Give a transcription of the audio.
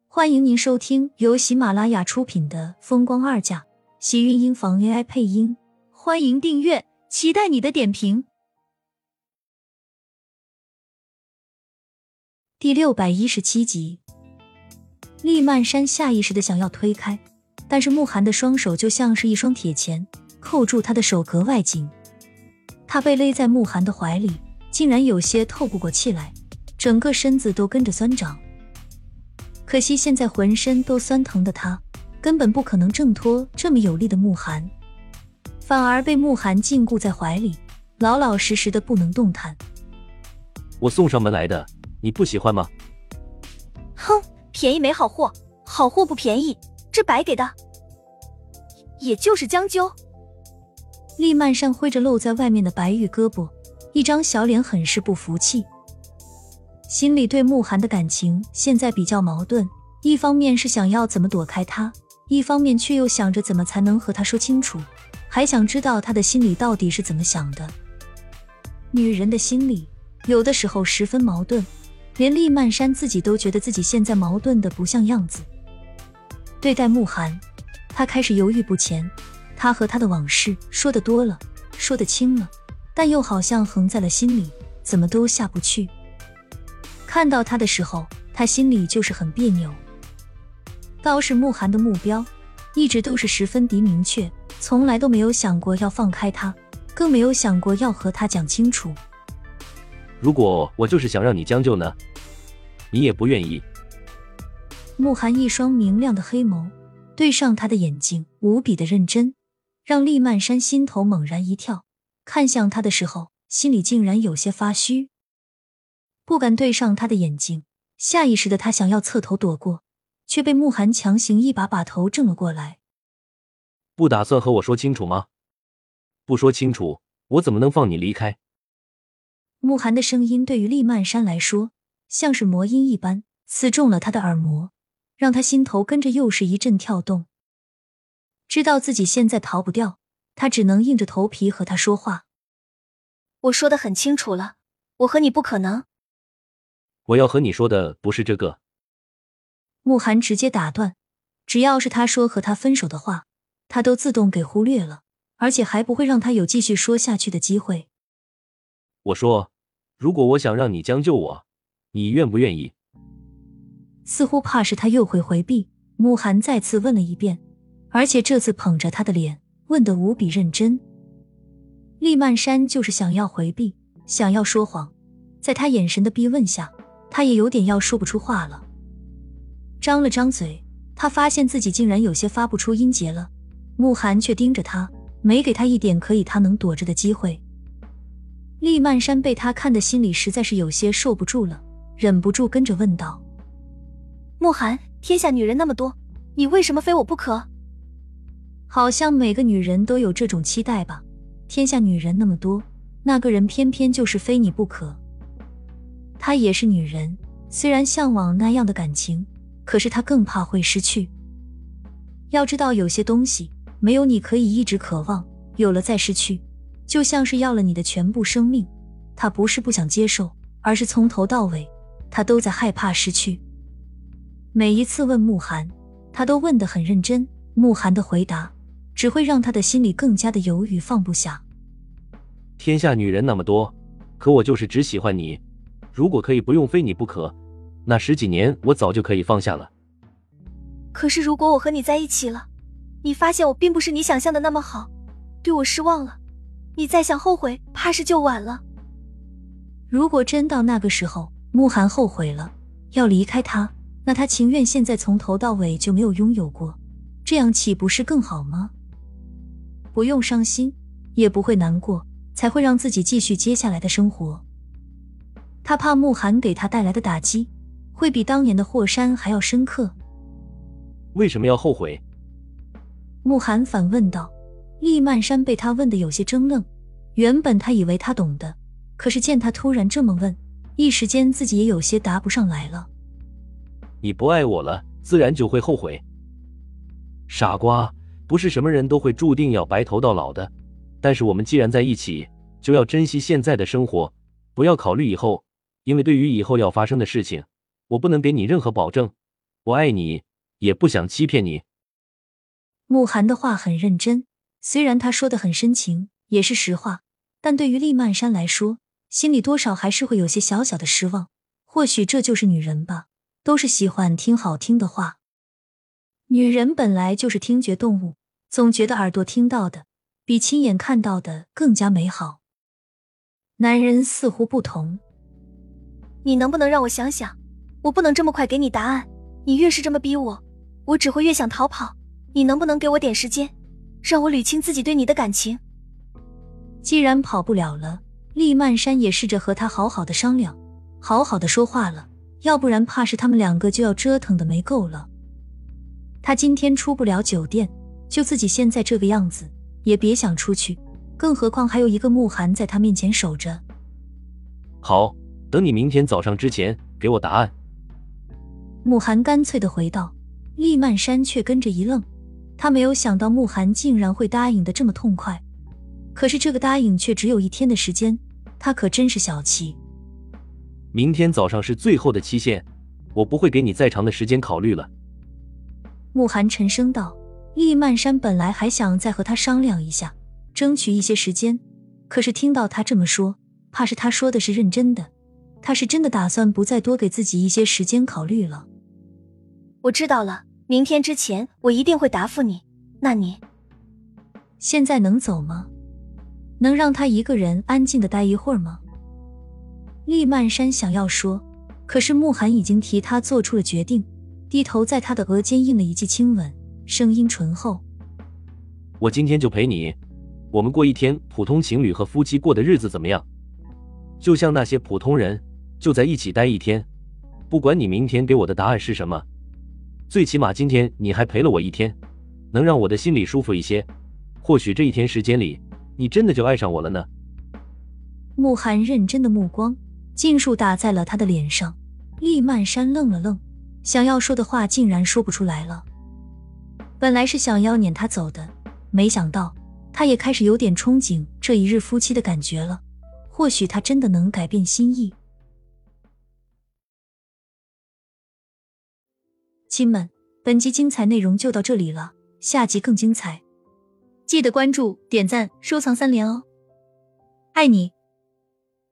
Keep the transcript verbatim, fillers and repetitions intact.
欢迎您收听由喜马拉雅出品的《风光二嫁》，喜运音房 A I 配音。欢迎订阅，期待你的点评。第六百一十七集，厉曼山下意识地想要推开，但是慕寒的双手就像是一双铁钳，扣住他的手格外紧。他被勒在慕寒的怀里，竟然有些透不过气来，整个身子都跟着酸胀。可惜现在浑身都酸疼的他，根本不可能挣脱这么有力的慕寒，反而被慕寒禁锢在怀里，老老实实的不能动弹。 我送上门来的，你不喜欢吗？ 哼，便宜没好货，好货不便宜，这白给的。也就是将就。 厉曼山挥着露在外面的白玉胳膊，一张小脸很是不服气。心里对慕寒的感情现在比较矛盾，一方面是想要怎么躲开他，一方面却又想着怎么才能和他说清楚，还想知道他的心里到底是怎么想的。女人的心里有的时候十分矛盾，连厉曼山自己都觉得自己现在矛盾的不像样子。对待慕寒，他开始犹豫不前，他和他的往事说得多了，说得轻了，但又好像横在了心里，怎么都下不去。看到他的时候，他心里就是很别扭。倒是慕寒的目标一直都是十分的明确，从来都没有想过要放开他，更没有想过要和他讲清楚。 如果我就是想让你将就呢？你也不愿意。 慕寒一双明亮的黑眸对上他的眼睛，无比的认真，让厉曼山心头猛然一跳，看向他的时候，心里竟然有些发虚。不敢对上他的眼睛，下意识的他想要侧头躲过，却被慕寒强行一把把头正了过来。 不打算和我说清楚吗？不说清楚，我怎么能放你离开？ 慕寒的声音对于厉曼山来说，像是魔音一般，刺中了他的耳膜，让他心头跟着又是一阵跳动。知道自己现在逃不掉，他只能硬着头皮和他说话。 我说得很清楚了，我和你不可能。 我要和你说的不是这个。 慕寒直接打断，只要是他说和他分手的话，他都自动给忽略了，而且还不会让他有继续说下去的机会。 我说，如果我想让你将就我，你愿不愿意？ 似乎怕是他又会回避，慕寒再次问了一遍，而且这次捧着他的脸，问得无比认真。厉曼山就是想要回避，想要说谎，在他眼神的逼问下，他也有点要说不出话了。张了张嘴，他发现自己竟然有些发不出音节了，慕寒却盯着他，没给他一点可以他能躲着的机会。厉曼山被他看的心里实在是有些受不住了，忍不住跟着问道： 慕寒，天下女人那么多，你为什么非我不可？ 好像每个女人都有这种期待吧，天下女人那么多，那个人偏偏就是非你不可。她也是女人，虽然向往那样的感情，可是她更怕会失去。要知道有些东西没有你可以一直渴望，有了再失去，就像是要了你的全部生命。她不是不想接受，而是从头到尾她都在害怕失去。每一次问慕寒，她都问得很认真，慕寒的回答只会让她的心里更加的犹豫放不下。 天下女人那么多，可我就是只喜欢你，如果可以不用非你不可，那十几年我早就可以放下了。 可是如果我和你在一起了，你发现我并不是你想象的那么好，对我失望了，你再想后悔，怕是就晚了。 如果真到那个时候，慕寒后悔了，要离开他，那他情愿现在从头到尾就没有拥有过，这样岂不是更好吗？不用伤心，也不会难过，才会让自己继续接下来的生活。他怕慕寒给他带来的打击会比当年的霍山还要深刻。 为什么要后悔？ 慕寒反问道。厉曼山被他问得有些怔愣，原本他以为他懂的，可是见他突然这么问，一时间自己也有些答不上来了。 你不爱我了，自然就会后悔。傻瓜，不是什么人都会注定要白头到老的，但是我们既然在一起，就要珍惜现在的生活，不要考虑以后，因为对于以后要发生的事情，我不能给你任何保证， 我爱你，也不想欺骗你。 慕寒的话很认真，虽然他说的很深情，也是实话，但对于厉曼珊来说，心里多少还是会有些小小的失望。或许这就是女人吧，都是喜欢听好听的话。女人本来就是听觉动物，总觉得耳朵听到的比亲眼看到的更加美好。男人似乎不同。 你能不能让我想想？我不能这么快给你答案，你越是这么逼我，我只会越想逃跑。你能不能给我点时间，让我捋清自己对你的感情？ 既然跑不了了，厉曼珊也试着和他好好的商量，好好的说话了，要不然怕是他们两个就要折腾的没够了。他今天出不了酒店，就自己现在这个样子，也别想出去，更何况还有一个慕寒在他面前守着。 好，等你明天早上之前给我答案。 慕寒干脆地回道，厉曼珊却跟着一愣，他没有想到慕寒竟然会答应得这么痛快，可是这个答应却只有一天的时间，他可真是小气。 明天早上是最后的期限，我不会给你再长的时间考虑了。 慕寒沉声道，厉曼珊本来还想再和他商量一下，争取一些时间，可是听到他这么说，怕是他说的是认真的，他是真的打算不再多给自己一些时间考虑了。 我知道了，明天之前我一定会答复你。那你现在能走吗？能让他一个人安静地待一会儿吗？厉曼珊想要说，可是慕寒已经替他做出了决定，低头在他的额间印了一记亲吻，声音醇厚。 我今天就陪你，我们过一天普通情侣和夫妻过的日子怎么样？就像那些普通人，就在一起待一天，不管你明天给我的答案是什么，最起码今天你还陪了我一天，能让我的心里舒服一些。或许这一天时间里，你真的就爱上我了呢。 慕寒认真的目光尽数打在了他的脸上，厉曼珊愣了愣，想要说的话竟然说不出来了。本来是想要撵他走的，没想到他也开始有点憧憬这一日夫妻的感觉了，或许他真的能改变心意。亲们，本集精彩内容就到这里了，下集更精彩，记得关注、点赞、收藏三连哦！爱你。